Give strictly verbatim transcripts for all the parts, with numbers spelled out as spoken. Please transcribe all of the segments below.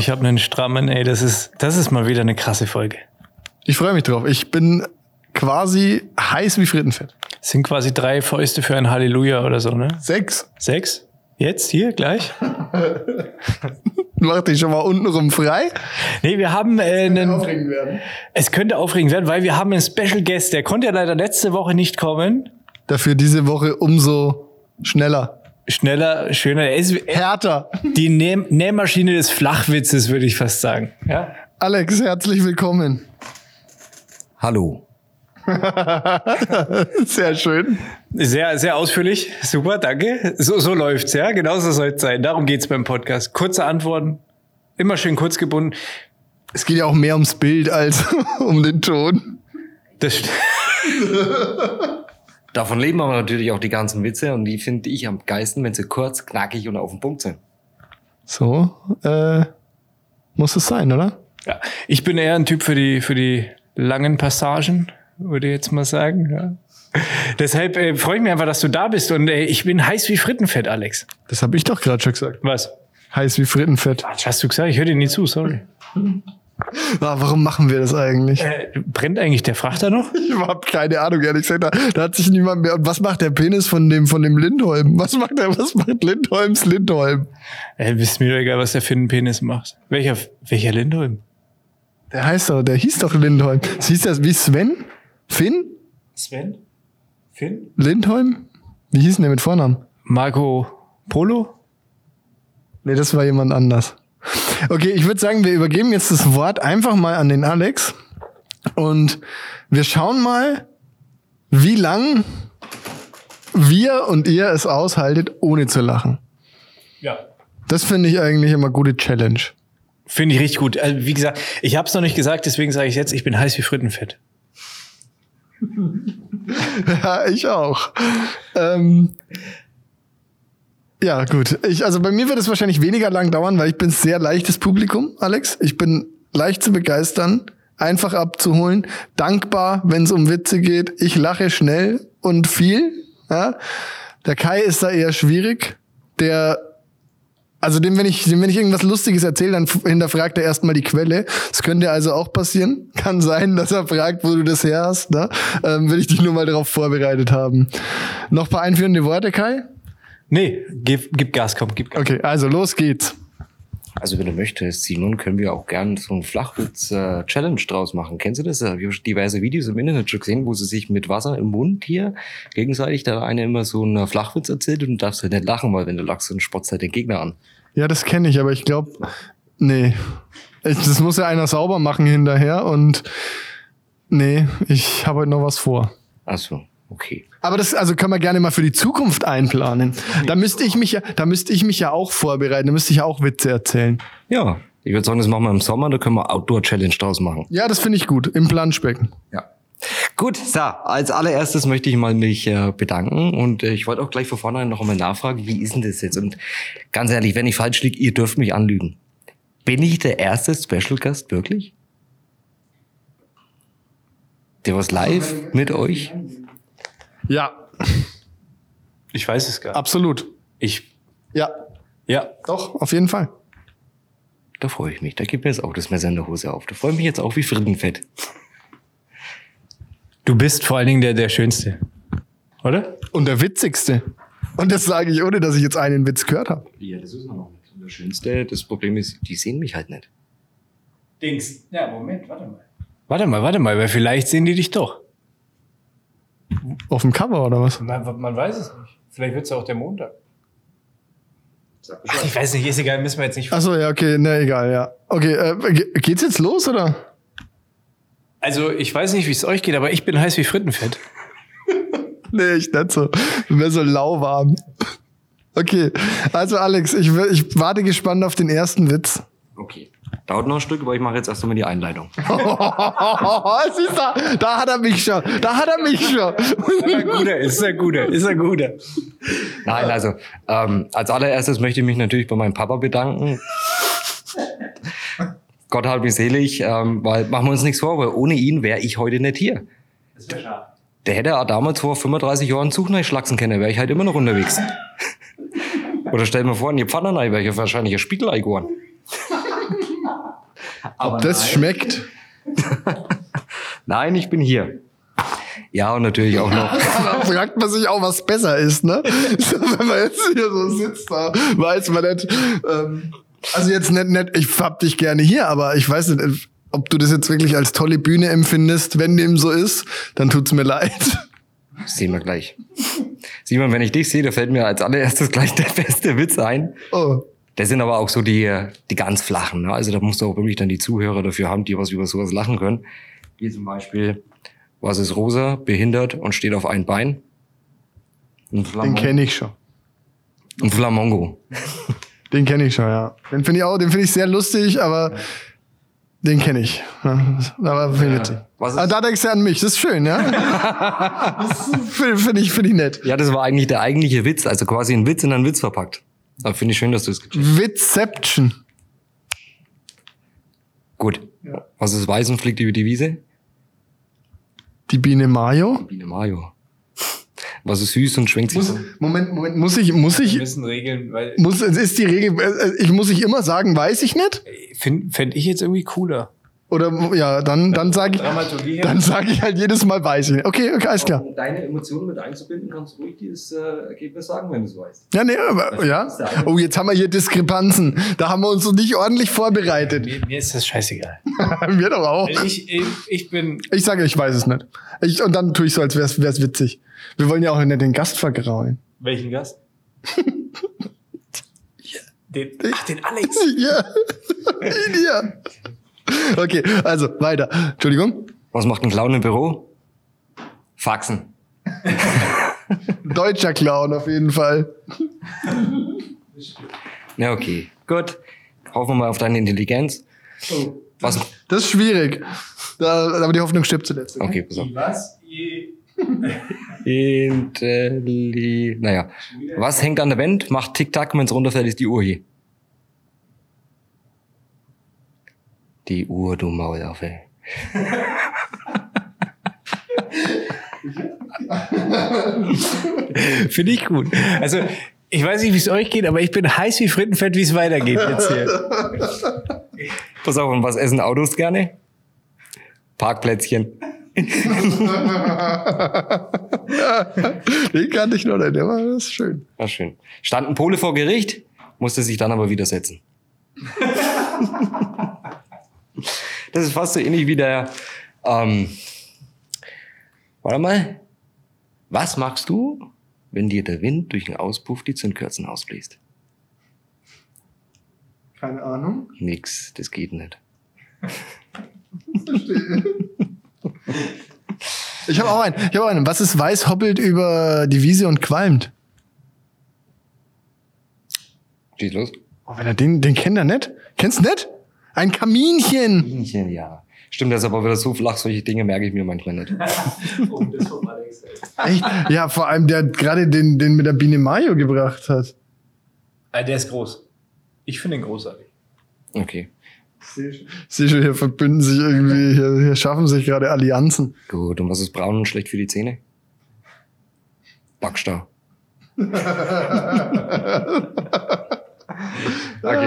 ich habe einen Strammen, ey, das ist, das ist mal wieder eine krasse Folge. Ich freue mich drauf. Ich bin quasi heiß wie Frittenfett. Es sind quasi drei Fäuste für ein Halleluja oder so, ne? Sechs. Sechs? Jetzt? Hier? Gleich? Mach dich schon mal untenrum frei. Nee, wir haben äh, einen... Aufregend werden. Es könnte aufregend werden, weil wir haben einen Special Guest, der konnte ja leider letzte Woche nicht kommen. Dafür diese Woche umso schneller. Schneller, schöner. Er ist härter. Die Näh- Nähmaschine des Flachwitzes, würde ich fast sagen. Ja? Alex, herzlich willkommen. Hallo. Sehr schön. Sehr, sehr ausführlich. Super, danke. So, so läuft's, ja. Genauso soll es sein. Darum geht's beim Podcast. Kurze Antworten. Immer schön kurz gebunden. Es geht ja auch mehr ums Bild als um den Ton. Das stimmt. Davon leben aber natürlich auch die ganzen Witze und die finde ich am geilsten, wenn sie kurz, knackig und auf den Punkt sind. So, äh, muss es sein, oder? Ja. Ich bin eher ein Typ für die, für die langen Passagen, würde ich jetzt mal sagen. Ja. Deshalb äh, freue ich mich einfach, dass du da bist und äh, ich bin heiß wie Frittenfett, Alex. Das habe ich doch gerade schon gesagt. Was? Heiß wie Frittenfett. Was hast du gesagt? Ich höre dir nie zu, sorry. Ah, warum machen wir das eigentlich? Äh, brennt eigentlich der Frachter noch? Ich habe keine Ahnung, ehrlich gesagt. Da, da hat sich niemand mehr. Und was macht der Penis von dem von dem Lindholm? Was macht der? Was macht Lindholms Lindholm? Äh, ist mir doch egal, was der für einen Penis macht. Welcher, welcher Lindholm? Der heißt doch, der hieß doch Lindholm. Das hieß das wie Sven? Finn? Sven? Finn? Lindholm? Wie hieß denn der mit Vornamen? Marco Polo? Nee, das war jemand anders. Okay, ich würde sagen, wir übergeben jetzt das Wort einfach mal an den Alex und wir schauen mal, wie lang wir und ihr es aushaltet, ohne zu lachen. Ja. Das finde ich eigentlich immer gute Challenge. Finde ich richtig gut. Also, wie gesagt, ich habe es noch nicht gesagt, deswegen sage ich jetzt, ich bin heiß wie Frittenfett. Ja, ich auch. Ähm, ja, gut. Ich, also bei mir wird es wahrscheinlich weniger lang dauern, weil ich bin sehr leichtes Publikum, Alex. Ich bin leicht zu begeistern, einfach abzuholen, dankbar, wenn es um Witze geht. Ich lache schnell und viel. Ja. Der Kai ist da eher schwierig. Der Also dem, wenn ich, dem, wenn ich irgendwas Lustiges erzähle, dann hinterfragt er erstmal die Quelle. Das könnte also auch passieren. Kann sein, dass er fragt, wo du das her hast. Ne? Ähm, will ich dich nur mal darauf vorbereitet haben. Noch ein paar einführende Worte, Kai? Nee, gib, gib Gas, komm, gib Gas. Okay, also los geht's. Also wenn du möchtest, Simon, können wir auch gerne so einen Flachwitz-Challenge draus machen. Kennst du das? Ich habe diverse Videos im Internet schon gesehen, wo sie sich mit Wasser im Mund hier gegenseitig, da eine immer so einen Flachwitz erzählt und du darfst halt nicht lachen, weil wenn du lachst, dann spotzt halt den Gegner an. Ja, das kenne ich, aber ich glaube, nee. Ich, das muss ja einer sauber machen hinterher und nee, ich habe heute noch was vor. Ach so, okay. Aber das also können wir gerne mal für die Zukunft einplanen. Da müsste ich mich ja, da müsste ich mich ja auch vorbereiten, da müsste ich ja auch Witze erzählen. Ja, ich würde sagen, das machen wir im Sommer, da können wir Outdoor-Challenge draus machen. Ja, das finde ich gut, im Planschbecken. Ja. Gut, so, als allererstes möchte ich mal mich äh, bedanken und äh, ich wollte auch gleich von vornherein noch einmal nachfragen, wie ist denn das jetzt? Und ganz ehrlich, wenn ich falsch liege, ihr dürft mich anlügen. Bin ich der erste Special Gast, wirklich? Der was live mit euch? Ja, Ich weiß es gar nicht. absolut. Ich, Ja, ja. doch, auf jeden Fall. Da freue ich mich, da gibt mir jetzt auch das Messer in der Hose auf. Da freue ich mich jetzt auch wie Frittenfett. Du bist vor allen Dingen der, der Schönste. Oder? Und der witzigste. Und das sage ich, ohne dass ich jetzt einen Witz gehört habe. Ja, das ist noch nicht. Das Schönste, das Problem ist, die sehen mich halt nicht. Dings. Ja, Moment, warte mal. Warte mal, warte mal, weil vielleicht sehen die dich doch. Auf dem Cover oder was? Man, man weiß es nicht. Vielleicht wird es auch der Montag. Ach, ich weiß nicht, ist egal, müssen wir jetzt nicht. Achso, ja, okay, na egal, ja. Okay, äh, ge- geht's jetzt los, oder? Also, ich weiß nicht, wie es euch geht, aber ich bin heiß wie Frittenfett. Nee, ich nicht so. Ich bin so lauwarm. Okay, also Alex, ich, will- ich warte gespannt auf den ersten Witz. Okay. Dauert noch ein Stück, aber ich mache jetzt erst einmal die Einleitung. Siehst du, da hat er mich schon. Da hat er mich schon. Ist ein guter, ist ein guter, ist ein guter. Nein, also ähm, als allererstes möchte ich mich natürlich bei meinem Papa bedanken. Gott hab mich selig, ähm, weil machen wir uns nichts vor, weil ohne ihn wäre ich heute nicht hier. Das wäre schade. Der hätte auch damals vor fünfunddreißig Jahren Zug schlachsen können, wäre ich halt immer noch unterwegs. Oder stell mir vor, in die Pfanne wäre ich wahrscheinlich ein Spiegelei geworden. Ob das nein. schmeckt? Nein, ich bin hier. Ja, und natürlich auch noch. Da fragt man sich auch, was besser ist, ne? So, wenn man jetzt hier so sitzt, da weiß man nicht. Ähm, also jetzt nicht, nicht, ich hab dich gerne hier, aber ich weiß nicht, ob du das jetzt wirklich als tolle Bühne empfindest. Wenn dem so ist, dann tut's mir leid. Das sehen wir gleich. Simon, wenn ich dich sehe, da fällt mir als allererstes gleich der beste Witz ein. Oh. Das sind aber auch so die, die ganz flachen. Ne? Also da musst du auch wirklich dann die Zuhörer dafür haben, die was über sowas lachen können. Wie zum Beispiel, was ist rosa, behindert und steht auf ein Bein? Ein Den kenne ich schon. Ein Flamongo. Den kenne ich schon, ja. Den finde ich auch, den finde ich sehr lustig, aber den kenne ich. Ja, aber finde ich. Was ist- Ah, da denkst du an mich, das ist schön, ja? Das finde find ich, find ich nett. Ja, das war eigentlich der eigentliche Witz. Also quasi ein Witz in einen Witz verpackt. Da finde ich schön, dass du es gecheckt hast. Witzception. Gut. Was ist weiß und fliegt über die Wiese? Die Biene Mayo. Biene Mayo. Was ist süß und schwenkt sich Muss, so? Moment, Moment, muss ich, muss Wir ich, müssen regeln, weil muss, es ist die Regel, äh, ich muss ich immer sagen, weiß ich nicht? fände ich jetzt irgendwie cooler. Oder, ja, dann, dann sage Dramaturgie ich, dann sage ich halt jedes Mal weiß ich nicht. Okay, okay, alles klar. Um deine Emotionen mit einzubinden, kannst du ruhig dieses äh, Ergebnis sagen, wenn du es weißt. Ja, nee, aber, ja. Oh, jetzt haben wir hier Diskrepanzen. Da haben wir uns noch nicht ordentlich vorbereitet. Mir, mir ist das scheißegal. Wir doch auch. Ich, ich, ich bin. Ich sage, ich weiß es nicht. Ich, und dann tue ich so, als wäre es witzig. Wir wollen ja auch nicht den Gast vergrauen. Welchen Gast? den, ach, den Alex. Ja. Ja. Okay, also weiter. Entschuldigung. Was macht ein Clown im Büro? Faxen. Deutscher Clown auf jeden Fall. Ja, okay. Gut. Hoffen wir mal auf deine Intelligenz. Was? Das ist schwierig. Da, aber die Hoffnung stirbt zuletzt. Okay, pass auf. Was? I- Intelli... Naja. Was hängt an der Wand? Macht Tick-Tack, wenn es runterfällt, ist die Uhr hier. Die Uhr, du Maulaffe. Finde ich gut. Also, ich weiß nicht, wie es euch geht, aber ich bin heiß wie Frittenfett, wie es weitergeht jetzt hier. Pass auf, und was essen Autos gerne? Parkplätzchen. Den kann ich noch nicht, aber das ist schön. War schön. Stand ein Pole vor Gericht, musste sich dann aber widersetzen. Das ist fast so ähnlich wie der, ähm, warte mal. Was machst du, wenn dir der Wind durch den Auspuff die Zündkerzen ausbläst? Keine Ahnung. Nix, das geht nicht. Ich habe auch einen. Ich habe auch einen. Was ist weiß, hoppelt über die Wiese und qualmt? Schieß los. Oh, wenn er den, den kennt er nicht. Kennst du nicht? Ein Kaminchen. Kaminchen, ja. Stimmt, das ist aber wieder so flach, solche Dinge merke ich mir manchmal nicht. Oh, das vom Alex. Echt? Ja, vor allem der gerade den, den mit der Biene Mayo gebracht hat. Ah, der ist groß. Ich finde ihn großartig. Okay. Sieh schon, hier verbünden sich irgendwie, hier, hier schaffen sich gerade Allianzen. Gut, und was ist braun und schlecht für die Zähne? Backstau. Okay.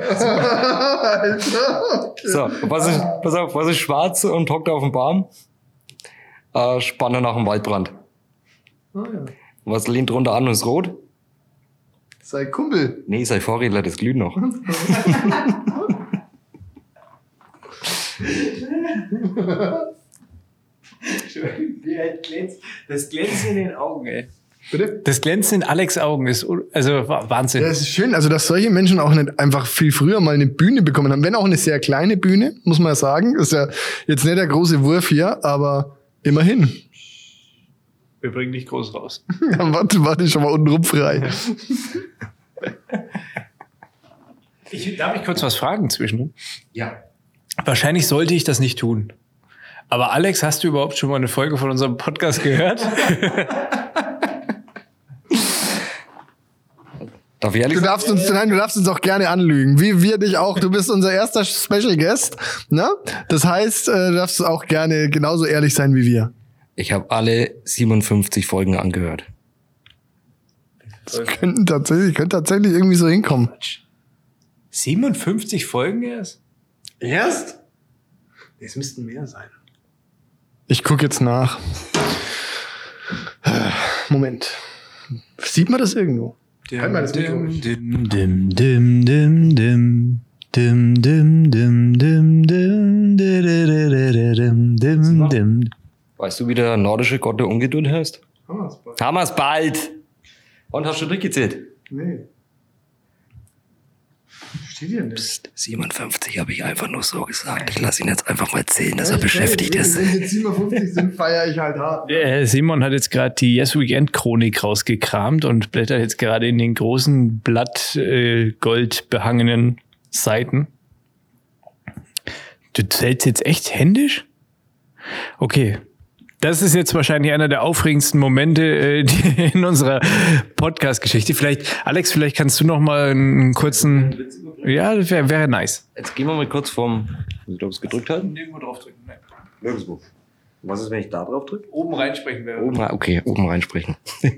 So, und was ist, pass auf, was ist schwarz und hockt auf dem Baum? Äh, Spanner nach dem Waldbrand. Oh ja. Was lehnt drunter an und ist rot? Sei Kumpel. Nee, sei Vorredler, das glüht noch. Das Glänzen in den Augen, ey. Bitte? Das Glänzen in Alex' Augen ist un- also wa- Wahnsinn. Ja, es ist schön, also dass solche Menschen auch nicht einfach viel früher mal eine Bühne bekommen haben. Wenn auch eine sehr kleine Bühne, muss man ja sagen. Ist ja jetzt nicht der große Wurf hier, aber immerhin. Wir bringen dich groß raus. Ja, warte, warte, schon mal untenrum frei. Ich, darf ich kurz was fragen zwischen? Ja. Wahrscheinlich sollte ich das nicht tun. Aber Alex, hast du überhaupt schon mal eine Folge von unserem Podcast gehört? Darf ich ehrlich Du sagen? darfst uns, nein, du darfst uns auch gerne anlügen. Wie wir dich auch. Du bist unser erster Special Guest, ne? Das heißt, äh, du darfst auch gerne genauso ehrlich sein wie wir. Ich habe alle siebenundfünfzig Folgen angehört. Das könnten tatsächlich, könnte tatsächlich irgendwie so hinkommen. siebenundfünfzig Folgen erst? Erst? Es müssten mehr sein. Ich gucke jetzt nach. Moment. Sieht man das irgendwo? Dim, dim, dim, dim, dim, dim, dim. Dim, dim, dim, dim, dim, dim, dim, dim. Weißt du, wie der nordische Gott der Ungeduld heißt? Hammersbald. Haben wir's bald. Und hast du durchgezählt? Nee. Steht hier nicht. Psst, siebenundfünfzig habe ich einfach nur so gesagt. Ich lasse ihn jetzt einfach mal zählen, dass er beschäftigt ist. Wenn jetzt siebenundfünfzig sind, feiere ich halt hart. Der Simon hat jetzt gerade die Yes Weekend Chronik rausgekramt und blättert jetzt gerade in den großen Blatt äh, Gold behangenen Seiten. Du zählst jetzt echt händisch? Okay. Das ist jetzt wahrscheinlich einer der aufregendsten Momente äh, die in unserer Podcast-Geschichte. Vielleicht, Alex, vielleicht kannst du noch mal einen kurzen... Ja, das wäre wär nice. Jetzt gehen wir mal kurz vom... Muss ich glaube, es gedrückt halten? Nirgendwo drauf drücken. Nein. Nirgendwo. Was ist, wenn ich da drauf drücke? Oben reinsprechen wäre. Oben, okay, oben reinsprechen.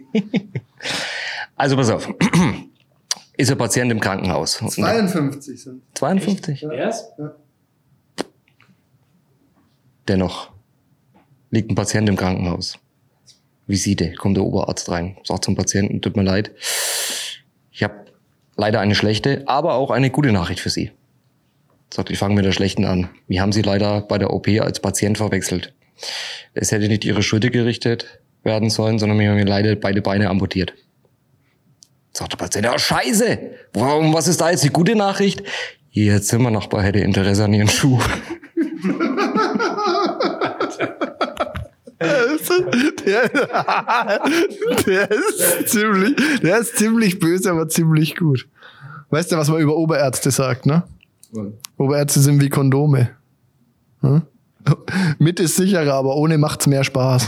Also pass auf. Ist ein Patient im Krankenhaus. zweiundfünfzig sind. zweiundfünfzig? Ja. Erst? Ja. Dennoch liegt ein Patient im Krankenhaus. Visite, kommt der Oberarzt rein, sagt zum Patienten, tut mir leid, ich habe leider eine schlechte, aber auch eine gute Nachricht für Sie. Sagt, ich fange mit der schlechten an. Wir haben Sie leider bei der O P als Patient verwechselt. Es hätte nicht Ihre Schulter gerichtet werden sollen, sondern wir haben mir leider beide Beine amputiert. Sagt der Patient, ja scheiße, warum, was ist da jetzt die gute Nachricht? Ihr Zimmernachbar hätte Interesse an Ihren Schuh. Der, der, ist ziemlich, der ist ziemlich böse, aber ziemlich gut. Weißt du, was man über Oberärzte sagt, ne? Ja. Oberärzte sind wie Kondome. Hm? Mit ist sicherer, aber ohne macht's mehr Spaß.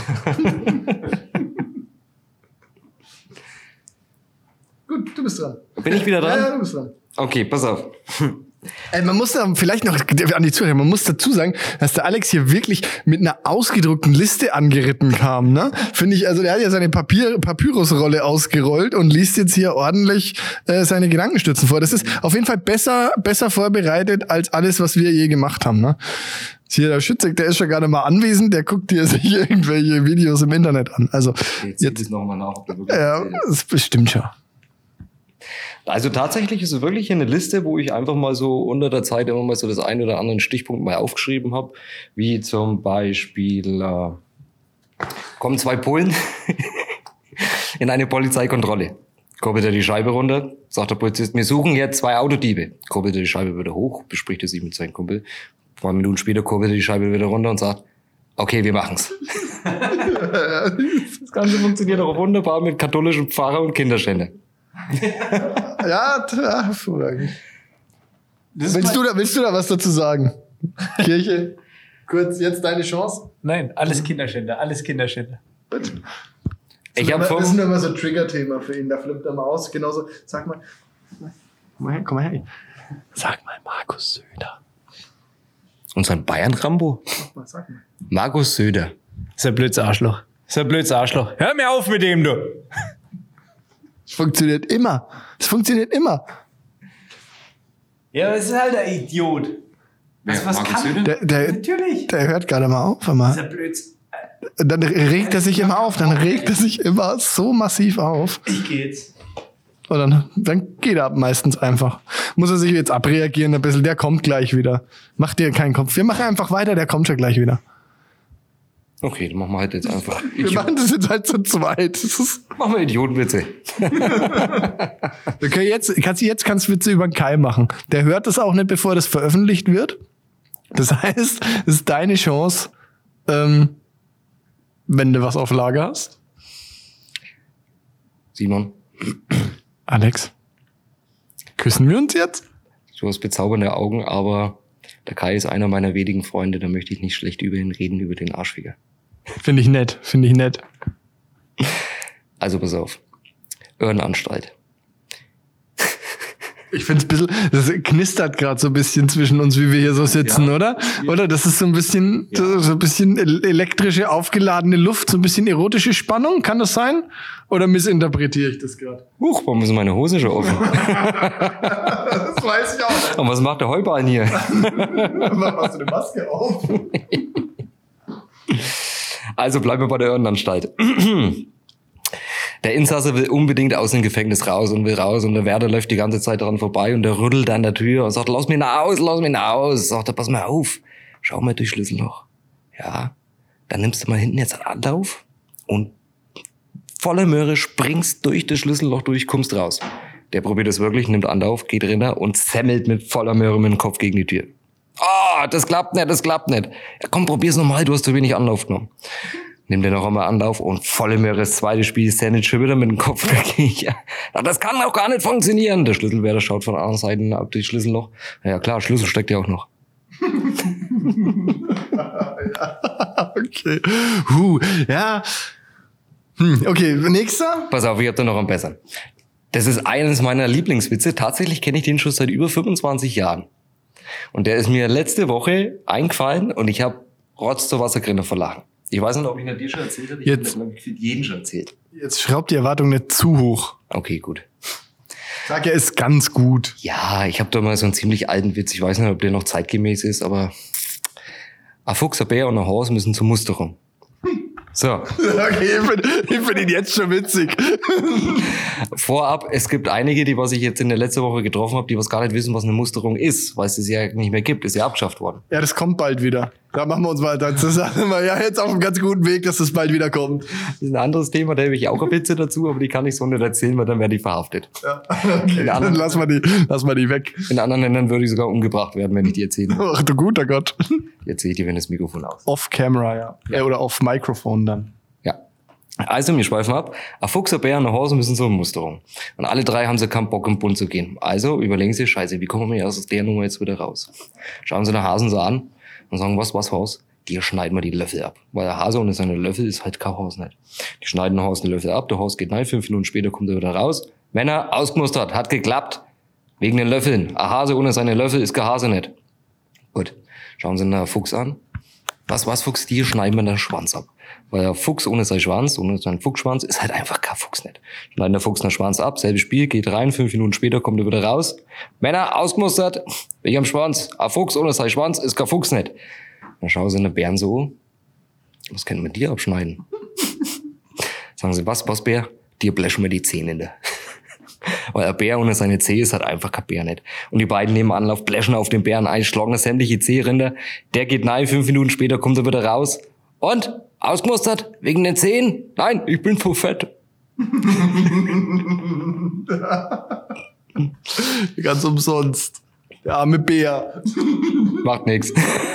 Gut, du bist dran. Bin ich wieder dran? Ja, ja, du bist dran. Okay, pass auf. Ey, man muss da vielleicht noch an die Zuhörer, man muss dazu sagen, dass der Alex hier wirklich mit einer ausgedruckten Liste angeritten kam, ne? Finde ich, also der hat ja seine Papier, Papyrusrolle ausgerollt und liest jetzt hier ordentlich äh, seine Gedankenstützen vor. Das ist auf jeden Fall besser, besser vorbereitet als alles, was wir je gemacht haben, ne? Hier der Schütze, der ist schon gar nicht mal anwesend, der guckt dir sich irgendwelche Videos im Internet an. Also jetzt, jetzt noch mal nach, ob der wirklich ja, das bestimmt schon. Also tatsächlich ist es wirklich eine Liste, wo ich einfach mal so unter der Zeit immer mal so das ein oder anderen Stichpunkt mal aufgeschrieben habe, wie zum Beispiel äh, kommen zwei Polen in eine Polizeikontrolle. Kurbelt er die Scheibe runter, sagt der Polizist, wir suchen jetzt zwei Autodiebe. Kurbelt er die Scheibe wieder hoch, bespricht er sich mit seinem Kumpel. Zwei Minuten später kurbelt er die Scheibe wieder runter und sagt, okay, wir machen's. Das Ganze funktioniert auch wunderbar mit katholischen Pfarrer und Kinderschänder. Ja, ja, hervorragend. Willst du, da, willst du da was dazu sagen? Kirche, kurz jetzt deine Chance? Nein, alles Kinderschänder, alles Kinderschänder. Ich hab das ist nur immer so ein Trigger-Thema für ihn, da flippt er mal aus. Genauso, sag mal, komm mal her, komm mal her. Sag mal Markus Söder. Und sein Bayern-Rambo? Sag mal, sag mal. Markus Söder. Ist ein blödes Arschloch. Ist ein blödes Arschloch. Hör mir auf mit dem, du. Es funktioniert immer. Es funktioniert immer. Ja, aber es ist halt ein Idiot. Was, was kann der, der, Natürlich. Der hört gerade mal auf. Immer. Das ist ja blöd. Dann regt er sich immer auf. Dann regt er sich immer so massiv auf. Ich geh jetzt. Und dann, dann geht er meistens einfach. Muss er sich jetzt abreagieren ein bisschen. Der kommt gleich wieder. Mach dir keinen Kopf. Wir machen einfach weiter. Der kommt schon gleich wieder. Okay, dann machen wir halt jetzt einfach. Wir Idiot. machen das jetzt halt zu zweit. Das ist machen wir Idiotenwitze. Okay, jetzt kannst du jetzt kannst Witze über den Kai machen. Der hört das auch nicht, bevor das veröffentlicht wird. Das heißt, es ist deine Chance, ähm, wenn du was auf Lager hast. Simon. Alex. Küssen wir uns jetzt? Du hast bezaubernde Augen, aber der Kai ist einer meiner wenigen Freunde, da möchte ich nicht schlecht über ihn reden, über den Arschficker. Finde ich nett, finde ich nett. Also pass auf. Irrenanstalt. Ich finde es ein bisschen, das knistert gerade so ein bisschen zwischen uns, wie wir hier so sitzen, ja. oder? Oder das ist so ein bisschen, ja. so ein bisschen elektrische, aufgeladene Luft, so ein bisschen erotische Spannung, kann das sein? Oder missinterpretiere ich das gerade? Huch, warum ist meine Hose schon offen? Das weiß ich auch nicht. Und was macht der Heuballen hier? Machst du eine Maske auf? Also bleiben wir bei der Irrenanstalt. Der Insasse will unbedingt aus dem Gefängnis raus und will raus und der Wärter läuft die ganze Zeit daran vorbei und der rüttelt an der Tür und sagt, lass mich raus, lass mich raus. Sagt er, pass mal auf, schau mal durch Schlüsselloch. Ja, dann nimmst du mal hinten jetzt Anlauf und voller Möhre springst durch das Schlüsselloch durch, kommst raus. Der probiert es wirklich, nimmt Anlauf, geht runter und semmelt mit voller Möhre mit dem Kopf gegen die Tür. Ah, oh, das klappt nicht, das klappt nicht. Ja, komm, probier's nochmal, du hast zu wenig Anlauf genommen. Nimm dir noch einmal Anlauf und volle Möhre, das zweite Spiel, Sandwich schon wieder mit dem Kopf dagegen. Ja, das kann auch gar nicht funktionieren. Der Schlüsselwärter schaut von der anderen Seite ab durch Schlüsselloch. Ja klar, Schlüssel steckt ja auch noch. Ja, okay. Huh, ja. Hm, okay, nächster. Pass auf, ich hab da noch einen besseren. Das ist eines meiner Lieblingswitze. Tatsächlich kenne ich den schon seit über fünfundzwanzig Jahren. Und der ist mir letzte Woche eingefallen und ich habe Rotz zur Wassergrinne vor Lachen. Ich weiß nicht, ob ich ihn dir schon erzählt habe. Ich habe ihn jeden schon erzählt. Jetzt schraubt die Erwartung nicht zu hoch. Okay, gut. Sag, er ist ganz gut. Ja, ich habe da mal so einen ziemlich alten Witz. Ich weiß nicht, ob der noch zeitgemäß ist, aber ein Fuchs, ein Bär und ein Horse müssen zur Musterung. So. Okay, ich finde ich find ihn jetzt schon witzig. Vorab, es gibt einige, die, was ich jetzt in der letzten Woche getroffen habe, die was gar nicht wissen, was eine Musterung ist, weil es das ja nicht mehr gibt, ist ja abgeschafft worden. Ja, das kommt bald wieder. Da machen wir uns mal, da sind wir ja jetzt auf einem ganz guten Weg, dass das bald wieder kommt. Das ist ein anderes Thema, da habe ich auch ein Witze dazu, aber die kann ich so nicht erzählen, weil dann werde ich verhaftet. Ja, okay, dann anderen, lass mal die, lass mal die weg. In anderen Ländern würde ich sogar umgebracht werden, wenn ich die erzähle. Ach du guter Gott. Jetzt sehe ich dir, wenn das Mikrofon aus. Off-Camera, ja. ja. Oder off-Mikrofon dann. Ja. Also, wir schweifen ab. Ein Fuchs, ein Bär und ein Horse müssen zur Musterung. Und alle drei haben sie keinen Bock, im Bund zu gehen. Also überlegen sie, scheiße, wie kommen wir aus der Nummer jetzt wieder raus? Schauen sie den Hasen so an und sagen, was, was, Haus? Dir schneiden wir die Löffel ab. Weil der Hase ohne seine Löffel ist halt kein Haus nicht. Die schneiden den Haus den Löffel ab, der Haus geht rein, fünf Minuten später kommt er wieder raus. Männer, ausgemustert, hat geklappt. Wegen den Löffeln. Ein Hase ohne seine Löffel ist kein Hase nicht. Gut, schauen sie den Fuchs an. Was, was, Fuchs? Dir schneiden wir den Schwanz ab. Weil der Fuchs ohne seinen Schwanz, ohne seinen Fuchsschwanz, ist halt einfach kein Fuchs nicht. Schneiden der Fuchs den Schwanz ab, selbes Spiel, geht rein, fünf Minuten später kommt er wieder raus. Männer, ausgemustert, wegen am Schwanz. Ein Fuchs ohne seinen Schwanz ist kein Fuchs nicht. Dann schauen sie den Bären so, was können wir dir abschneiden? Sagen sie, was, was, Bär? Dir blechen wir die Zähne in der. Weil ein Bär ohne seine Zehe ist halt einfach kein Bär nicht. Und die beiden nehmen Anlauf, blechen auf den Bären ein, schlagen sämtliche Zehrinder. Der geht rein, fünf Minuten später kommt er wieder raus. Und? Ausgemustert? Wegen den Zehen? Nein, ich bin zu fett. Ganz umsonst. Der arme Bär. Macht nix.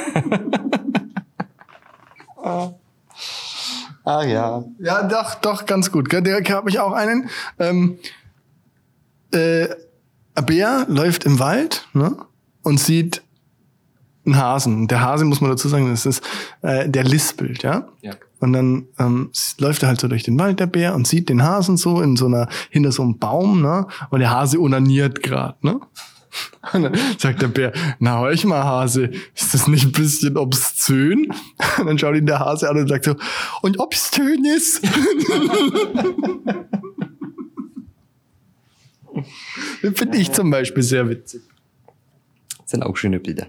Ach ja. Ja, doch, doch, ganz gut. Der habe ich auch einen. Ähm, äh, ein Bär läuft im Wald, ne, und sieht einen Hasen. Der Hase, muss man dazu sagen, das ist äh, der lispelt, ja. Ja. Und dann ähm, läuft er halt so durch den Wald, der Bär, und sieht den Hasen so in so einer hinter so einem Baum, ne, und der Hase onaniert gerade, ne. Und dann sagt der Bär, na horch mal, Hase, ist das nicht ein bisschen obszön? Und dann schaut ihn der Hase an und sagt so, und obszön ist? Das finde ich zum Beispiel sehr witzig. Das sind auch schöne Bilder.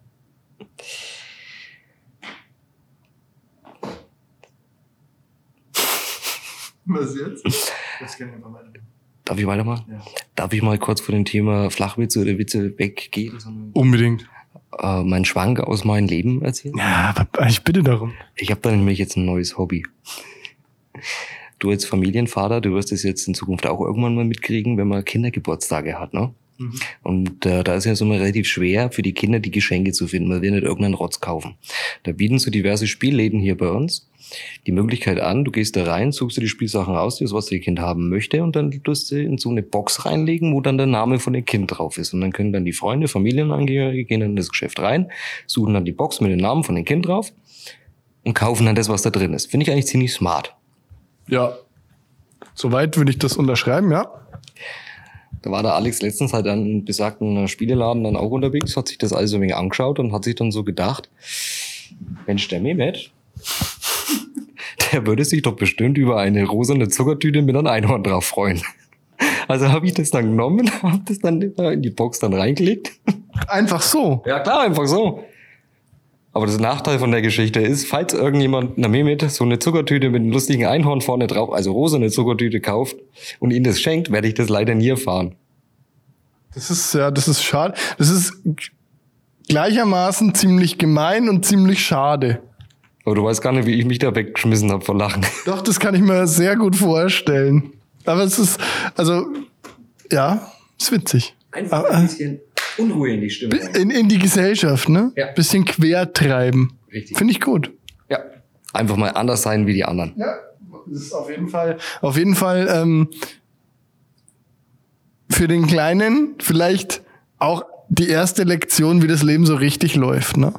Was jetzt? Das kann ich einfach weitermachen. Darf ich weitermachen? Ja. Darf ich mal kurz von dem Thema Flachwitze oder Witze weggehen? Unbedingt. Äh, mein Schwank aus meinem Leben erzählen? Ja, ich bitte darum. Ich habe da nämlich jetzt ein neues Hobby. Du als Familienvater, du wirst es jetzt in Zukunft auch irgendwann mal mitkriegen, wenn man Kindergeburtstage hat, ne? Mhm. Und äh, da ist ja so mal relativ schwer für die Kinder die Geschenke zu finden, weil wir nicht irgendeinen Rotz kaufen. Da bieten so diverse Spielläden hier bei uns die Möglichkeit an, du gehst da rein, suchst dir die Spielsachen aus, das was dein Kind haben möchte, und dann tust du in so eine Box reinlegen, wo dann der Name von dem Kind drauf ist. Und dann können dann die Freunde, Familienangehörige gehen dann in das Geschäft rein, suchen dann die Box mit dem Namen von dem Kind drauf und kaufen dann das, was da drin ist. Finde ich eigentlich ziemlich smart. Ja, soweit würde ich das unterschreiben, ja. Da war der Alex letztens halt an einem besagten Spieleladen dann auch unterwegs, hat sich das alles ein wenig angeschaut und hat sich dann so gedacht, Mensch, der Mehmet, der würde sich doch bestimmt über eine rosane Zuckertüte mit einem Einhorn drauf freuen. Also habe ich das dann genommen, habe das dann in die Box dann reingelegt. Einfach so. Ja klar, einfach so. Aber das Nachteil von der Geschichte ist, falls irgendjemand na Mehmet so eine Zuckertüte mit einem lustigen Einhorn vorne drauf, also rosa eine Zuckertüte kauft und ihnen das schenkt, werde ich das leider nie erfahren. Das ist, ja, das ist schade. Das ist gleichermaßen ziemlich gemein und ziemlich schade. Aber du weißt gar nicht, wie ich mich da weggeschmissen habe vor Lachen. Doch, das kann ich mir sehr gut vorstellen. Aber es ist, also, ja, ist witzig. Einfach ein bisschen Unruhe in die Stimme. In, in die Gesellschaft, ne? Ja. Bisschen quer treiben. Richtig. Finde ich gut. Ja, einfach mal anders sein wie die anderen. Ja, das ist auf jeden Fall, auf jeden Fall ähm, für den Kleinen vielleicht auch die erste Lektion, wie das Leben so richtig läuft, ne?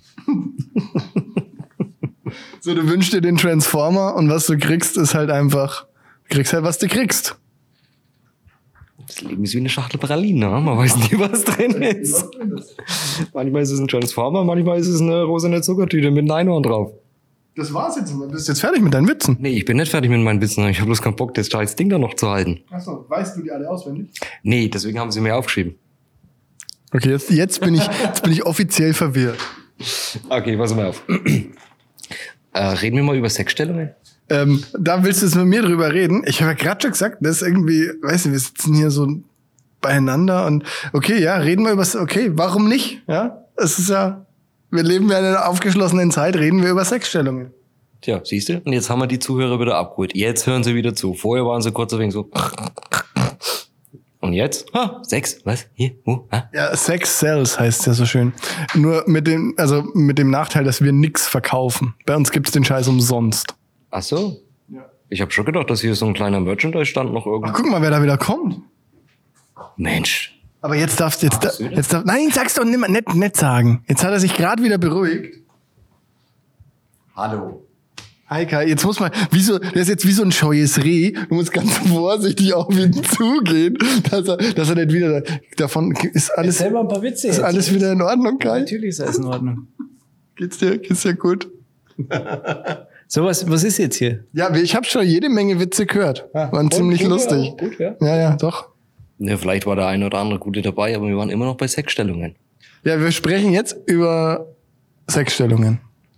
So, du wünschst dir den Transformer und was du kriegst, ist halt einfach, du kriegst halt, was du kriegst. Das Leben ist wie eine Schachtel Pralinen, ne? Man weiß nie, was drin ist. Manchmal ist es ein Transformer, manchmal ist es eine rosane Zuckertüte mit einem Einhorn drauf. Das war's jetzt. Du bist jetzt fertig mit deinen Witzen. Nee, ich bin nicht fertig mit meinen Witzen. Ich habe bloß keinen Bock, das scheiß Ding da noch zu halten. Achso, weißt du die alle auswendig? Nee, deswegen haben sie mir aufgeschrieben. Okay, jetzt, jetzt, bin ich, jetzt bin ich offiziell verwirrt. Okay, pass mal auf. äh, reden wir mal über Sexstellungen? Ähm, da willst du jetzt mit mir drüber reden. Ich habe ja gerade schon gesagt, das ist irgendwie, weißt du, wir sitzen hier so beieinander und okay, ja, reden wir über, okay, warum nicht? Ja, es ist ja, wir leben ja in einer aufgeschlossenen Zeit, reden wir über Sexstellungen. Tja, siehst du? Und jetzt haben wir die Zuhörer wieder abgeholt. Jetzt hören sie wieder zu. Vorher waren sie kurz ein wenig so. Und jetzt? Ha, Sex? Was? Hier? Wo? Ha? Ja, Sex sells heißt ja so schön. Nur mit dem, also mit dem Nachteil, dass wir nix verkaufen. Bei uns gibt's den Scheiß umsonst. Ach so? Ja. Ich habe schon gedacht, dass hier so ein kleiner Merchandise-Stand noch Ach, irgendwo. guck mal, wer da wieder kommt. Mensch. Aber jetzt darfst du, jetzt, da, Ach, so, jetzt darf, nein, sag's doch nimmer, nicht, nicht sagen. Jetzt hat er sich gerade wieder beruhigt. Hallo. Hi Kai, jetzt muss man, wieso, der ist jetzt wie so ein scheues Reh. Du musst ganz vorsichtig auf ihn zugehen, dass er, dass er nicht wieder davon, ist alles, Erzähl mal ein paar Witze ist jetzt. alles wieder in Ordnung, Kai? Natürlich ist alles in Ordnung. Geht's dir, geht's dir gut? So, was, was ist jetzt hier? Ja, ich habe schon jede Menge Witze gehört. Waren ziemlich gut, lustig. ja, gut, ja. Ja, ja, doch. Ne, vielleicht war der eine oder andere gute dabei, aber wir waren immer noch bei Sexstellungen. Ja, wir sprechen jetzt über Sexstellungen.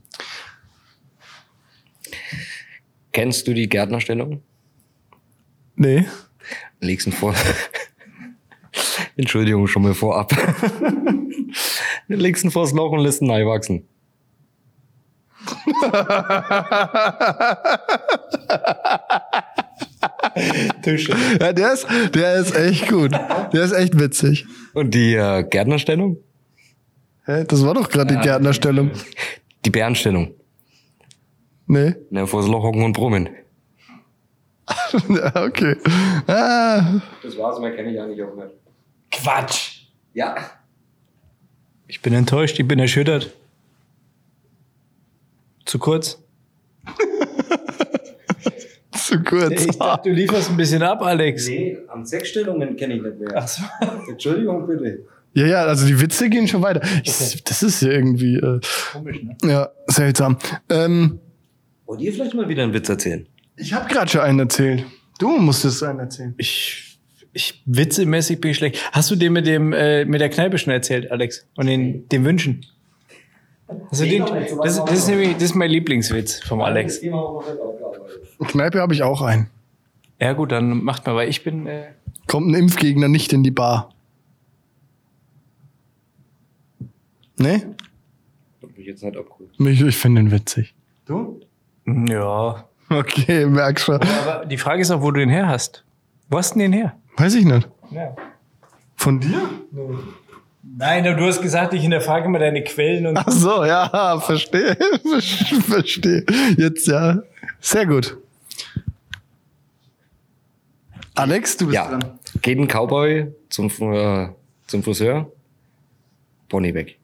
Kennst du die Gärtnerstellung? Nee. Legst ihn vor. Entschuldigung, schon mal vorab. Du legst ihn vors Loch und lässt ihn neu wachsen. Ja, der ist, der ist echt gut. Der ist echt witzig. Und die äh, Gärtnerstellung? Hä? Das war doch gerade die Gärtnerstellung. Die Bärenstellung. Nee. Na, vors Loch hocken und brummen. Ja, okay. Ah. Das war's, mehr kenne ich eigentlich auch nicht. Quatsch. Ja. Ich bin enttäuscht, ich bin erschüttert. Zu kurz. Zu kurz. Ich dachte, du lieferst ein bisschen ab, Alex. Nee, an Sexstellungen kenne ich nicht mehr. Ach so. Entschuldigung, bitte. Ja, ja, also die Witze gehen schon weiter. Ich, das ist ja irgendwie, äh, Komisch, ne? ja, seltsam. Ähm, Wollt ihr vielleicht mal wieder einen Witz erzählen? ich habe gerade schon einen erzählt. Du musstest einen erzählen. Ich, ich witzemäßig bin ich schlecht. Hast du den mit dem äh, mit der Kneipe schon erzählt, Alex? Und den, den Wünschen? Also Nee, den, noch nicht, so weit das, war das, ist noch. nämlich, das ist mein Lieblingswitz vom Alex. Kneipe habe ich auch einen. Ja gut, dann macht mal, weil ich bin... Äh, Kommt ein Impfgegner nicht in die Bar. Nee? Hab mich jetzt nicht abgeholt. Ich, ich finde den witzig. Du? ja. Okay, merk schon. Aber die Frage ist auch, wo du den her hast. Wo hast du den her? Weiß ich nicht. Ja. Von dir? Nein, aber du hast gesagt, ich hinterfrage immer deine Quellen und... Ach so, ja, verstehe. Verstehe. Jetzt ja. Sehr gut. Alex, du bist Ja, dran. geht ein Cowboy zum, äh, zum Friseur, Pony weg.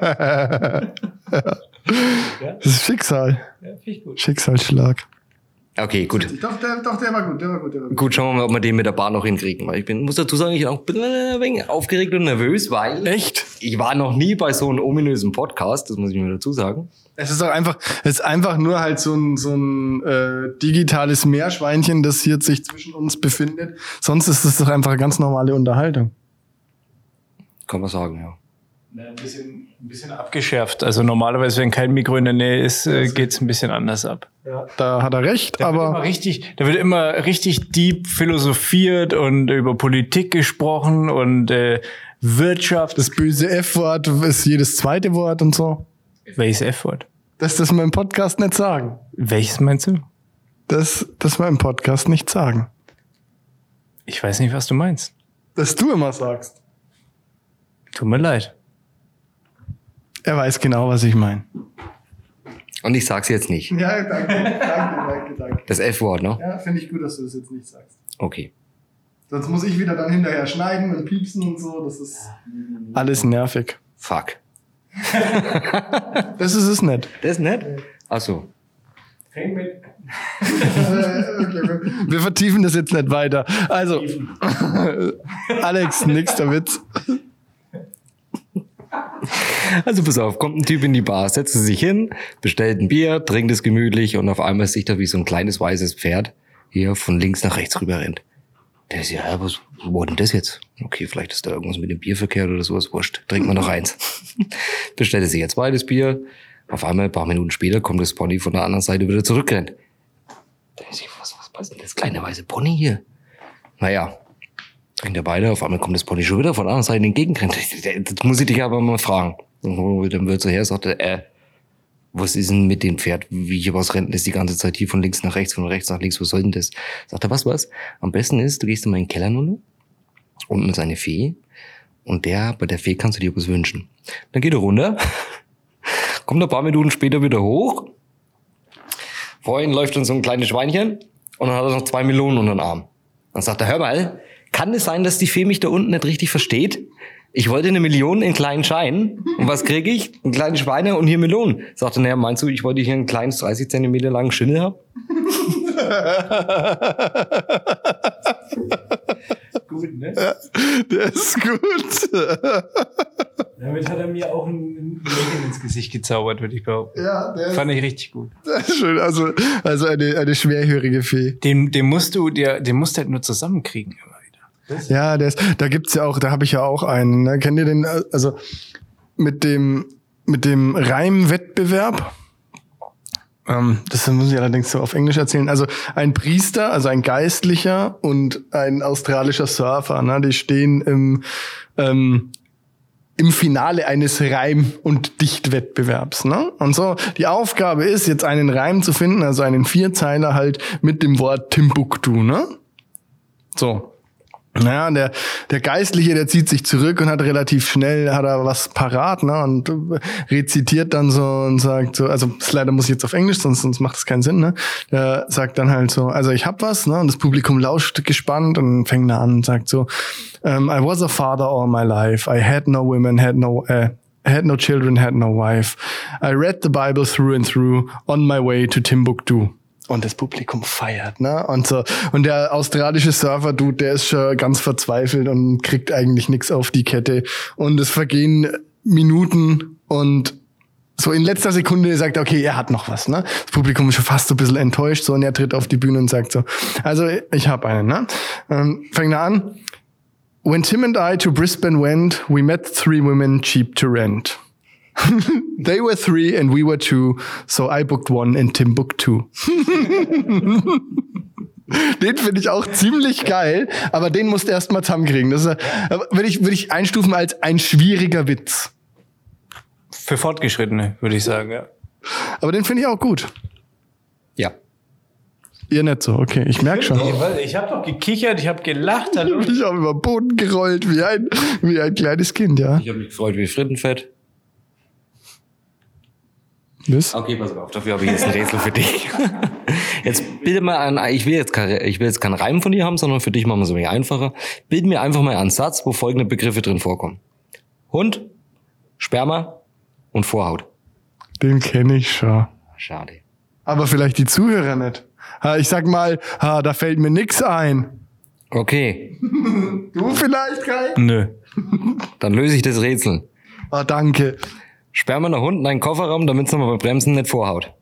Das ist Schicksal. Ja, finde ich gut. Schicksalsschlag. Okay, gut. Doch, der, doch, der war gut, der war gut, der war gut. Gut, schauen wir mal, ob wir den mit der Bahn noch hinkriegen. Weil ich bin, muss dazu sagen, ich bin auch ein wenig aufgeregt und nervös, weil Echt? ich war noch nie bei so einem ominösen Podcast, das muss ich mir dazu sagen. Es ist doch einfach, es ist einfach nur halt so ein, so ein äh, digitales Meerschweinchen, das hier sich zwischen uns befindet. Sonst ist es doch einfach eine ganz normale Unterhaltung. Kann man sagen, ja. Ein bisschen, ein bisschen abgeschärft. Also normalerweise, wenn kein Mikro in der Nähe ist, äh, geht's ein bisschen anders ab. Ja. Da hat er recht, Da aber... wird immer richtig, da wird immer richtig deep philosophiert und über Politik gesprochen und äh, Wirtschaft. Das böse F-Wort ist jedes zweite Wort und so. Welches F-Wort? Das das wir im Podcast nicht sagen. Welches meinst du? Das das wir im Podcast nicht sagen. Ich weiß nicht, was du meinst. Das du immer sagst. Tut mir leid. Er weiß genau, was ich meine. Und ich sag's jetzt nicht. Ja, danke, danke, danke, danke. Das F-Wort, ne? Ja, finde ich gut, dass du das jetzt nicht sagst. Okay. Sonst muss ich wieder dann hinterher schneiden und piepsen und so. Das ist alles nervig. Fuck. Das ist es nicht. Das ist nett? Ach so. Fängt mit. Okay, wir vertiefen das jetzt nicht weiter. Also, Alex, nächster Witz. Also pass auf, kommt ein Typ in die Bar, setzt sich hin, bestellt ein Bier, trinkt es gemütlich und auf einmal sieht er, wie so ein kleines weißes Pferd hier von links nach rechts rüber rennt. Der ist ja, was, wo war denn das jetzt? Okay, vielleicht ist da irgendwas mit dem Bier verkehrt oder sowas, wurscht. Trinkt man noch eins. Bestellt sich jetzt zweites Bier. Auf einmal, ein paar Minuten später, kommt das Pony von der anderen Seite wieder zurückrennt. Da ist was, was ist denn das kleine weiße Pony hier? Naja, trinkt er beide, auf einmal kommt das Pony schon wieder von der anderen Seite entgegenrennt. Das muss ich dich aber mal fragen. Und dann wird so her, sagt er, äh, was ist denn mit dem Pferd? Wie hier was rennt ist die ganze Zeit hier von links nach rechts, von rechts nach links, was soll denn das? Sagt er, was, was? Am besten ist, du gehst in meinen Keller nun, unten ist eine Fee, und der, bei der Fee kannst du dir was wünschen. Dann geht er runter, kommt ein paar Minuten später wieder hoch, vor ihm läuft dann so ein kleines Schweinchen, und dann hat er noch zwei Melonen unter den Arm. Dann sagt er, hör mal, kann es sein, dass die Fee mich da unten nicht richtig versteht? Ich wollte eine Million in kleinen Scheinen. Und was kriege ich? Ein kleines Schweine und hier Melonen. Sagte, naja, meinst du, ich wollte hier ein kleines dreißig Zentimeter langen Schimmel haben? Gut, ne? Ja, der ist gut. Damit hat er mir auch ein Lächeln ins Gesicht gezaubert, würde ich behaupten. Ja, der Fand ich richtig gut. ist, ist schön. Also, also eine, eine schwerhörige Fee. Den, den musst du dir, den musst du halt nur zusammenkriegen immer wieder. Ja, der ist, da gibt's ja auch, da habe ich ja auch einen. Ne? Kennt ihr den? Also mit dem mit dem Reimwettbewerb. Ähm, das muss ich allerdings so auf Englisch erzählen. Also ein Priester, also ein Geistlicher und ein australischer Surfer, ne? Die stehen im ähm, im Finale eines Reim- und Dichtwettbewerbs, ne? Und so, die Aufgabe ist, jetzt einen Reim zu finden, also einen Vierzeiler halt mit dem Wort Timbuktu, ne? So. Naja, der, der Geistliche, der zieht sich zurück und hat relativ schnell, hat er was parat, ne, und rezitiert dann so und sagt so, also, das leider muss ich jetzt auf Englisch, sonst, sonst macht es keinen Sinn, ne. Der sagt dann halt so, also ich hab was, ne, und das Publikum lauscht gespannt und fängt da an und sagt so, um, I was a father all my life, I had no women, had no, uh, had no children, had no wife. I read the Bible through and through on my way to Timbuktu. Und das Publikum feiert, ne? Und so. Und der australische Surfer-Dude, der ist schon ganz verzweifelt und kriegt eigentlich nichts auf die Kette. Und es vergehen Minuten und so in letzter Sekunde sagt er, okay, er hat noch was, ne? Das Publikum ist schon fast so ein bisschen enttäuscht, so, und er tritt auf die Bühne und sagt so, also ich hab einen, ne? Ähm, fängt er an. When Tim and I to Brisbane went, we met three women cheap to rent. They were three and we were two, so I booked one in Timbuktu. Den finde ich auch ziemlich geil, aber den musst du erst mal zusammenkriegen. Das ist, würde ich, würde ich einstufen als ein schwieriger Witz. Für Fortgeschrittene, würde ich sagen, ja. Aber den finde ich auch gut. Ja. Ihr nicht so, okay, ich merke schon. Ich habe doch gekichert, ich habe gelacht. Hallo. Ich habe über den Boden gerollt, wie ein, wie ein kleines Kind, ja. Ich habe mich gefreut wie Frittenfett. Was? Okay, pass auf, dafür habe ich jetzt ein Rätsel für dich. Jetzt bitte mal an, ich will jetzt kein, ich will jetzt keinen Reim von dir haben, sondern für dich machen wir es ein wenig einfacher. Bild mir einfach mal einen Satz, wo folgende Begriffe drin vorkommen. Hund, Sperma und Vorhaut. Den kenne ich schon. Schade. Aber vielleicht die Zuhörer nicht. Ha, ich sag mal, ha, da fällt mir nix ein. Okay, Du vielleicht, Kai? Nö. dann löse ich das Rätsel. Ah, danke. Sperren wir nach unten einen Kofferraum, damit es nochmal bei Bremsen nicht vorhaut.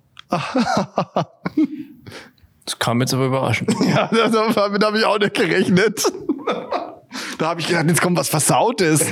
Das kam jetzt aber überraschend. Ja, das, damit habe ich auch nicht gerechnet. Da habe ich gedacht, jetzt kommt was Versautes.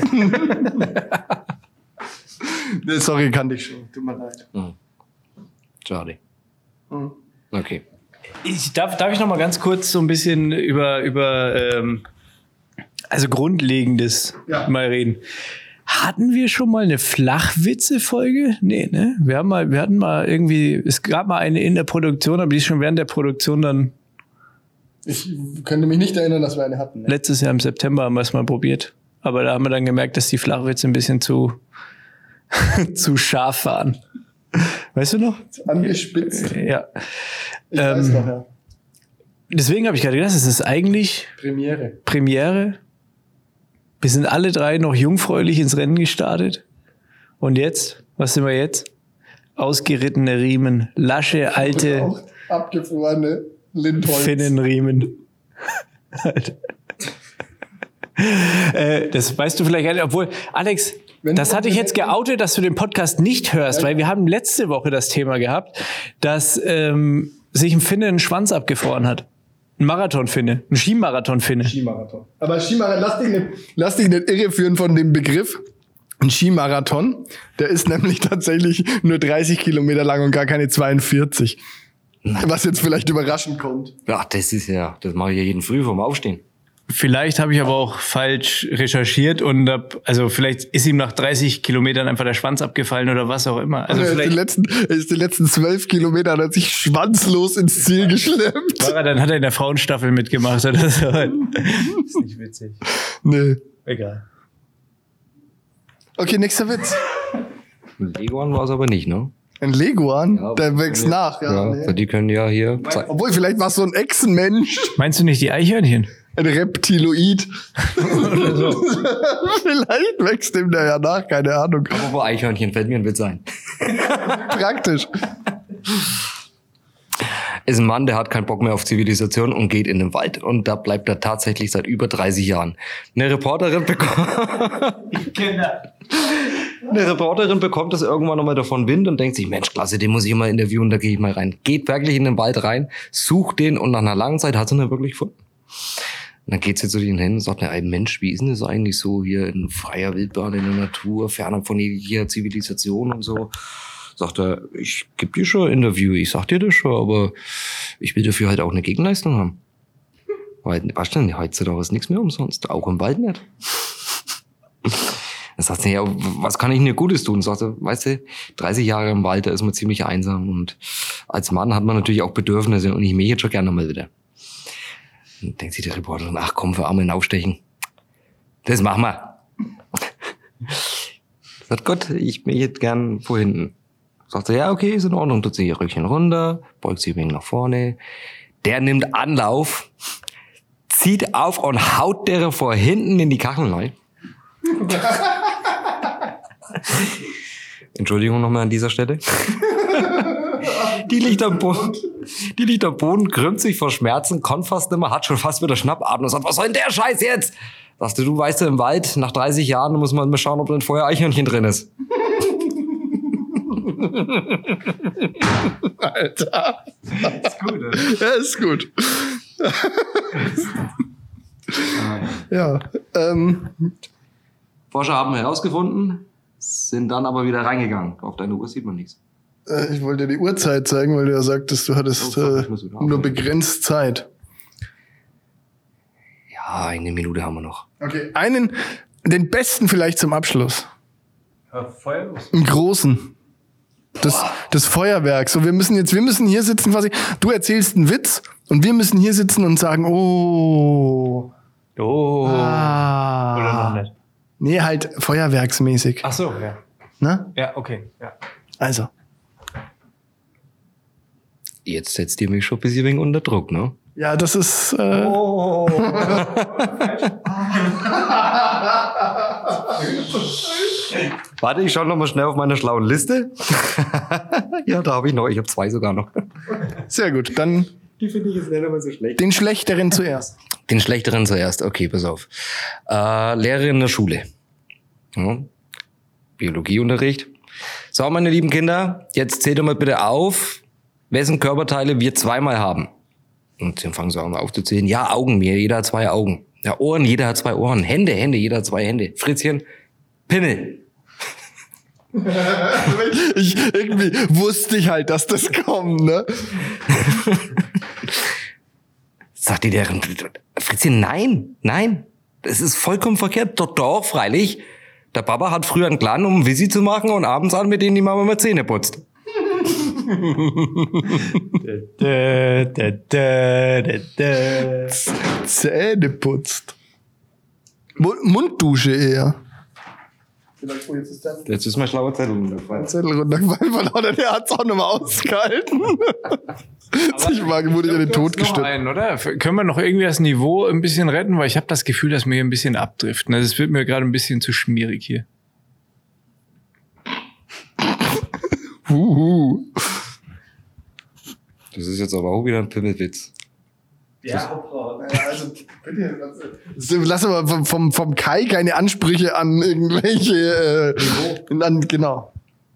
Nee, sorry, kann ich schon. Tut mir leid. Mhm. Schade. Mhm. Okay. Ich darf, darf ich noch mal ganz kurz so ein bisschen über, über ähm, also Grundlegendes Ja. mal reden. Hatten wir schon mal eine Flachwitze-Folge? Nee, ne? Wir haben mal, wir hatten mal irgendwie, es gab mal eine in der Produktion, aber die ist schon während der Produktion dann Ich könnte mich nicht erinnern, dass wir eine hatten. Ne? letztes Jahr im September haben wir es mal probiert. Aber da haben wir dann gemerkt, dass die Flachwitze ein bisschen zu, zu scharf waren. Weißt du noch? Angespitzt. Ja. Ich Ähm, weiß noch, ja. Deswegen habe ich gerade gedacht, es ist eigentlich Premiere. Premiere. Wir sind alle drei noch jungfräulich ins Rennen gestartet. Und jetzt? Was sind wir jetzt? Ausgerittene Riemen. Lasche, alte Auch abgefrorene Lindholz. Finnenriemen. äh, das weißt du vielleicht gar nicht. Obwohl, Alex, Wenn das du- hatte ich jetzt geoutet, dass du den Podcast nicht hörst, weil wir haben letzte Woche das Thema gehabt, dass ähm, sich ein Finne einen Schwanz abgefroren hat. Ein Marathon-Finne, ein Skimarathon-Finne. Skimarathon. Aber Skimarathon, lass dich, nicht, lass dich nicht irreführen von dem Begriff. Ein Skimarathon, der ist nämlich tatsächlich nur dreißig Kilometer lang und gar keine zweiundvierzig. Was jetzt vielleicht überraschend kommt. Ja, das ist ja, das mache ich ja jeden Früh vorm Aufstehen. Vielleicht habe ich aber auch falsch recherchiert und hab, also vielleicht ist ihm nach dreißig Kilometern einfach der Schwanz abgefallen oder was auch immer. Also Also er, ist die vielleicht letzten, er ist die letzten zwölf Kilometer hat er sich schwanzlos ins Ziel geschleppt. war er, dann hat er in der Frauenstaffel mitgemacht oder so. Ist nicht witzig. Nee. Egal. Okay, nächster Witz. Ein Leguan war es aber nicht, ne? Ein Leguan, Ja, der wächst ja, nach. Ja, Ja, nee. so die können ja hier. Obwohl, vielleicht war es so ein Echsenmensch. Meinst du nicht die Eichhörnchen? Ein Reptiloid. Vielleicht wächst dem der ja nach, keine Ahnung. Apropos Eichhörnchen, fällt mir ein Witz ein. Praktisch. Ist ein Mann, der hat keinen Bock mehr auf Zivilisation und geht in den Wald. Und da bleibt er tatsächlich seit über dreißig Jahren. Eine Reporterin bekommt, eine Reporterin bekommt das irgendwann nochmal davon Wind und denkt sich, Mensch, klasse, den muss ich mal interviewen, da gehe ich mal rein. Geht wirklich in den Wald rein, sucht den und nach einer langen Zeit hat sie ihn dann wirklich gefunden. Und dann geht sie zu denen hin und sagt, ey Mensch, wie ist denn das eigentlich so hier in freier Wildbahn, in der Natur, fernab von jeglicher Zivilisation und so? Sagt er, ich gebe dir schon ein Interview, ich sag dir das schon, aber ich will dafür halt auch eine Gegenleistung haben. Weil, was denn, heutzutage ist nichts mehr umsonst, auch im Wald nicht. Dann sagt sie, ja, was kann ich denn Gutes tun? Sagt er, weißt du, dreißig Jahre im Wald, da ist man ziemlich einsam und als Mann hat man natürlich auch Bedürfnisse und ich mähe jetzt schon gerne mal wieder. Dann denkt sich der Reporterin, ach komm, für Arme aufstechen. Das machen wir. Sagt Gott, ich mähe jetzt gern vor hinten. Sagt er, ja, okay, ist in Ordnung. Tut sie ihr Röckchen runter, beugt sie ein wenig nach vorne. Der nimmt Anlauf, zieht auf und haut der vor hinten in die Kachel rein. Entschuldigung nochmal an dieser Stelle. Die liegt am Boden, die liegt am Boden, krümmt sich vor Schmerzen, kann fast nicht mehr, hat schon fast wieder Schnappatmung und sagt, was soll denn der Scheiß jetzt? Sagst du, du weißt ja, im Wald, nach dreißig Jahren muss man mal schauen, ob da ein Feuereichhörnchen drin ist. Alter. Ist gut, oder? Ja, ist gut. Ja, ähm, Forscher haben herausgefunden, sind dann aber wieder reingegangen. Auf deine Uhr sieht man nichts. äh, ich wollte dir die Uhrzeit zeigen, weil du ja sagtest, du hattest Oh, fuck, äh, ich muss wieder nur aufhören. begrenzt Zeit. Ja, eine Minute haben wir noch. Okay, einen, den besten vielleicht zum Abschluss. Feuerlos. Einen großen. Das, das Feuerwerk. So, wir müssen jetzt, wir müssen hier sitzen quasi. Du erzählst einen Witz und wir müssen hier sitzen und sagen, oh. Oh. Ah. Oder noch nicht. Nee, halt feuerwerksmäßig. Ach so, ja. Ne? Ja, okay. Ja. Also. Jetzt setzt ihr mich schon ein bisschen wegen unter Druck, ne? Ja, das ist. Äh, Oh. Warte, ich schau noch mal schnell auf meine schlauen Liste. Ja, da habe ich noch. Ich habe zwei sogar noch. Sehr gut. Dann Die finde ich jetzt nicht einmal so schlecht. Den Schlechteren zuerst. Den Schlechteren zuerst. Okay, pass auf. Äh, Lehrerin in der Schule. Ja. Biologieunterricht. So, meine lieben Kinder, jetzt zählt doch mal bitte auf, wessen Körperteile wir zweimal haben. Und dann fangen sie an aufzuzählen. Ja, Augen, mir, jeder hat zwei Augen. Ja, Ohren, jeder hat zwei Ohren. Hände, Hände, jeder hat zwei Hände. Fritzchen, Pimmel. ich, irgendwie wusste ich halt, dass das kommt, ne? Sagt die deren, Fritzchen, nein, nein. Das ist vollkommen verkehrt. Doch, doch, freilich. Der Papa hat früher einen Clan, um Vissi zu machen und abends an, mit denen die Mama mal Zähne putzt. da, da, da, da, da. Zähne putzt. Mund- Munddusche eher. Jetzt ist mein schlauer Zettel runtergefallen. Zettel runtergefallen, weil oder der hat es auch nicht mehr ausgehalten. Ich mag, wurde ja den Tod gestört. Ein, oder? Können wir noch irgendwie das Niveau ein bisschen retten? Weil ich habe das Gefühl, dass wir hier ein bisschen abdriften. Es wird mir gerade ein bisschen zu schmierig hier. Huhu. Das ist jetzt aber auch wieder ein Pimmelwitz. Ja, also bitte, lass aber vom, vom, vom Kai keine Ansprüche an irgendwelche äh, an, genau.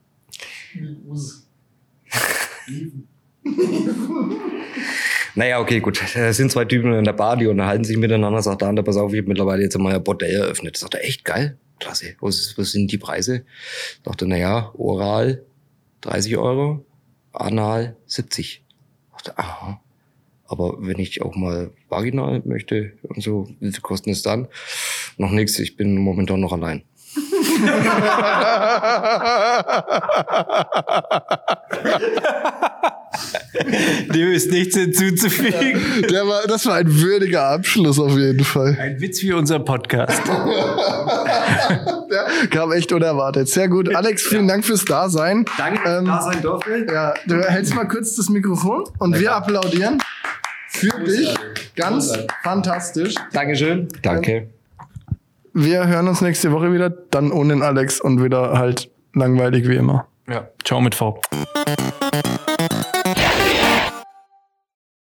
Naja, okay, gut. Es sind zwei Typen in der Bar, die unterhalten sich miteinander. Sagt der andere, pass auf, ich habe mittlerweile jetzt mal ein Bordell eröffnet. Sagt er, echt geil? Klasse. Was, was sind die Preise? Sagt er, naja, oral dreißig Euro, anal siebzig. Sagt er, aha. Aber wenn ich auch mal vaginal möchte und so, wie viel kosten es dann? Noch nichts, ich bin momentan noch allein. Dem ist nichts hinzuzufügen. Der war, das war ein würdiger Abschluss auf jeden Fall. Ein Witz wie unser Podcast. Der kam echt unerwartet. Sehr gut. Alex, vielen Dank fürs Dasein. Danke, dass ähm, ich da sein durfte. Ja, du hältst mal kurz das Mikrofon und wir applaudieren für dich. Ganz fantastisch. Dankeschön. Danke. Wir hören uns nächste Woche wieder, dann ohne den Alex und wieder halt langweilig wie immer. Ja. Ciao mit V.